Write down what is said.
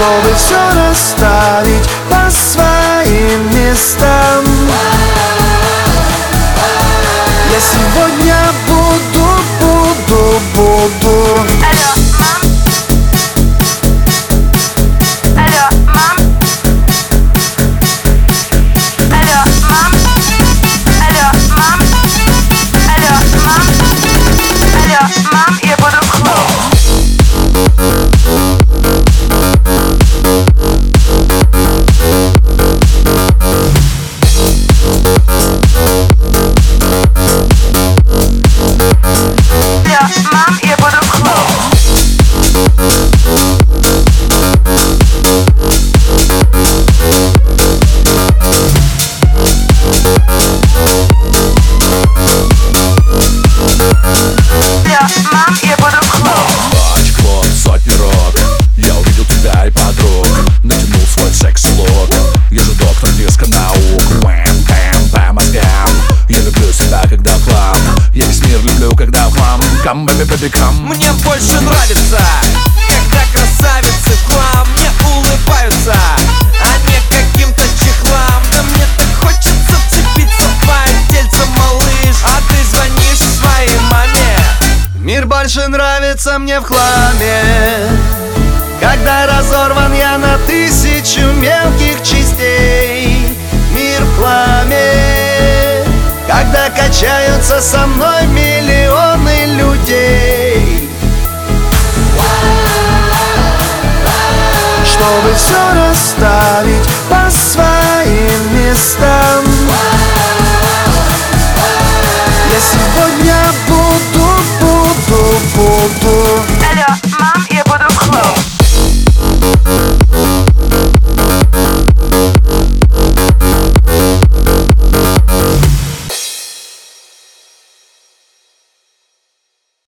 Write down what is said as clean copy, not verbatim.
готовы все расставить по своим местам. Я сегодня буду. Алло, мам. Алло, мам. Алло, мам. Алло, мам. Алло, мам. Алло, мам, я буду в клуб. Мам, я буду в клуб. Мам, я буду в клуб. Пачек вот, сотни рот. Я увидел тебя и подруг, натянул свой секс-лук. Я же доктор диско-наук. По мозгам. Я люблю себя, когда в хлам. Я весь мир люблю, когда в хлам. Come, baby, baby, come. Мне больше нравится, когда красавицы в хлам мне улыбаются, а не каким-то чехлам. Да мне так хочется вцепиться в твое тельце, малыш, а ты звонишь своей маме. Мир больше нравится мне в хламе, когда разорван я на тысячу мелких частей. Мир в хламе, когда качаются со мной миллион